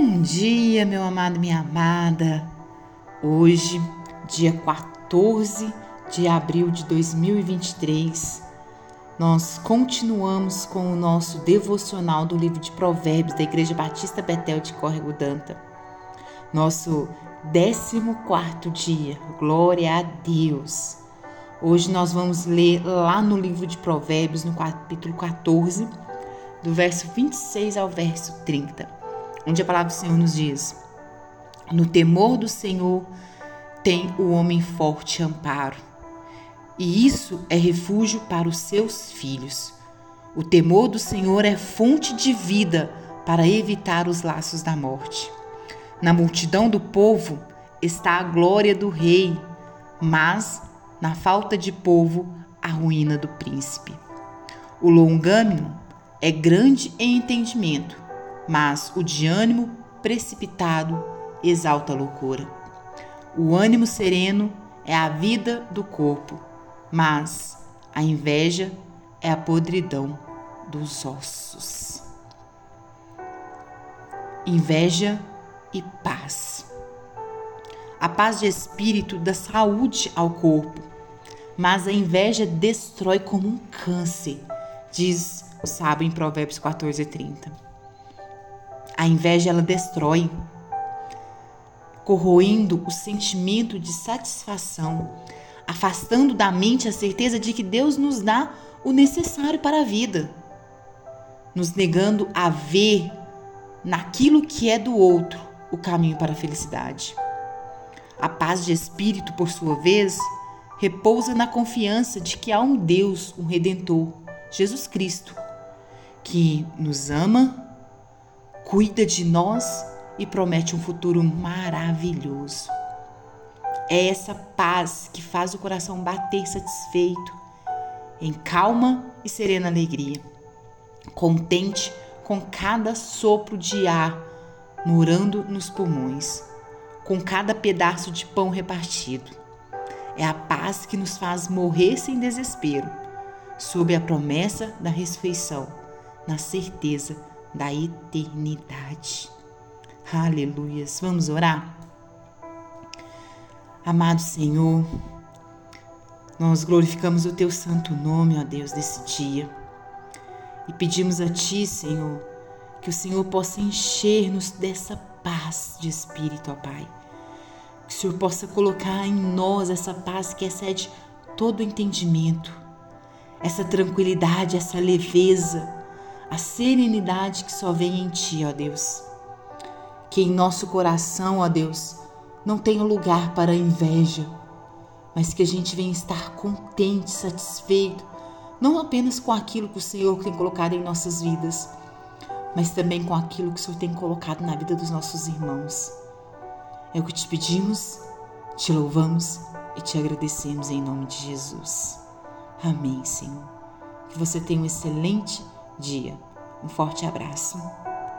Bom dia, meu amado, minha amada. Hoje, dia 14 de abril de 2023, nós continuamos com o nosso devocional do livro de Provérbios da Igreja Batista Betel de Córrego d'Anta. Nosso 14º dia, glória a Deus. Hoje nós vamos ler lá no livro de Provérbios, no capítulo 14, do verso 26 ao verso 30, onde a palavra do Senhor nos diz: no temor do Senhor tem o homem forte amparo, e isso é refúgio para os seus filhos. O temor do Senhor é fonte de vida para evitar os laços da morte. Na multidão do povo está a glória do rei, mas na falta de povo, a ruína do príncipe. O longânimo é grande em entendimento, mas o de ânimo precipitado exalta a loucura. O ânimo sereno é a vida do corpo, mas a inveja é a podridão dos ossos. Inveja e paz. A paz de espírito dá saúde ao corpo, mas a inveja destrói como um câncer, diz o sábio em Provérbios 14:30. A inveja, ela destrói, corroendo o sentimento de satisfação, afastando da mente a certeza de que Deus nos dá o necessário para a vida, nos negando a ver naquilo que é do outro o caminho para a felicidade. A paz de espírito, por sua vez, repousa na confiança de que há um Deus, um Redentor, Jesus Cristo, que nos ama, cuida de nós e promete um futuro maravilhoso. É essa paz que faz o coração bater satisfeito, em calma e serena alegria, contente com cada sopro de ar morando nos pulmões, com cada pedaço de pão repartido. É a paz que nos faz morrer sem desespero, sob a promessa da ressurreição, na certeza da eternidade. Aleluias. Vamos orar? Amado Senhor, nós glorificamos o Teu santo nome, ó Deus, desse dia. E pedimos a Ti, Senhor, que o Senhor possa encher-nos dessa paz de espírito, ó Pai. Que o Senhor possa colocar em nós essa paz que excede todo entendimento, essa tranquilidade, essa leveza, a serenidade que só vem em Ti, ó Deus. Que em nosso coração, ó Deus, não tenha lugar para a inveja, mas que a gente venha estar contente, satisfeito, não apenas com aquilo que o Senhor tem colocado em nossas vidas, mas também com aquilo que o Senhor tem colocado na vida dos nossos irmãos. É o que te pedimos, te louvamos e te agradecemos em nome de Jesus. Amém, Senhor. Que você tenha um excelente dia. Um forte abraço.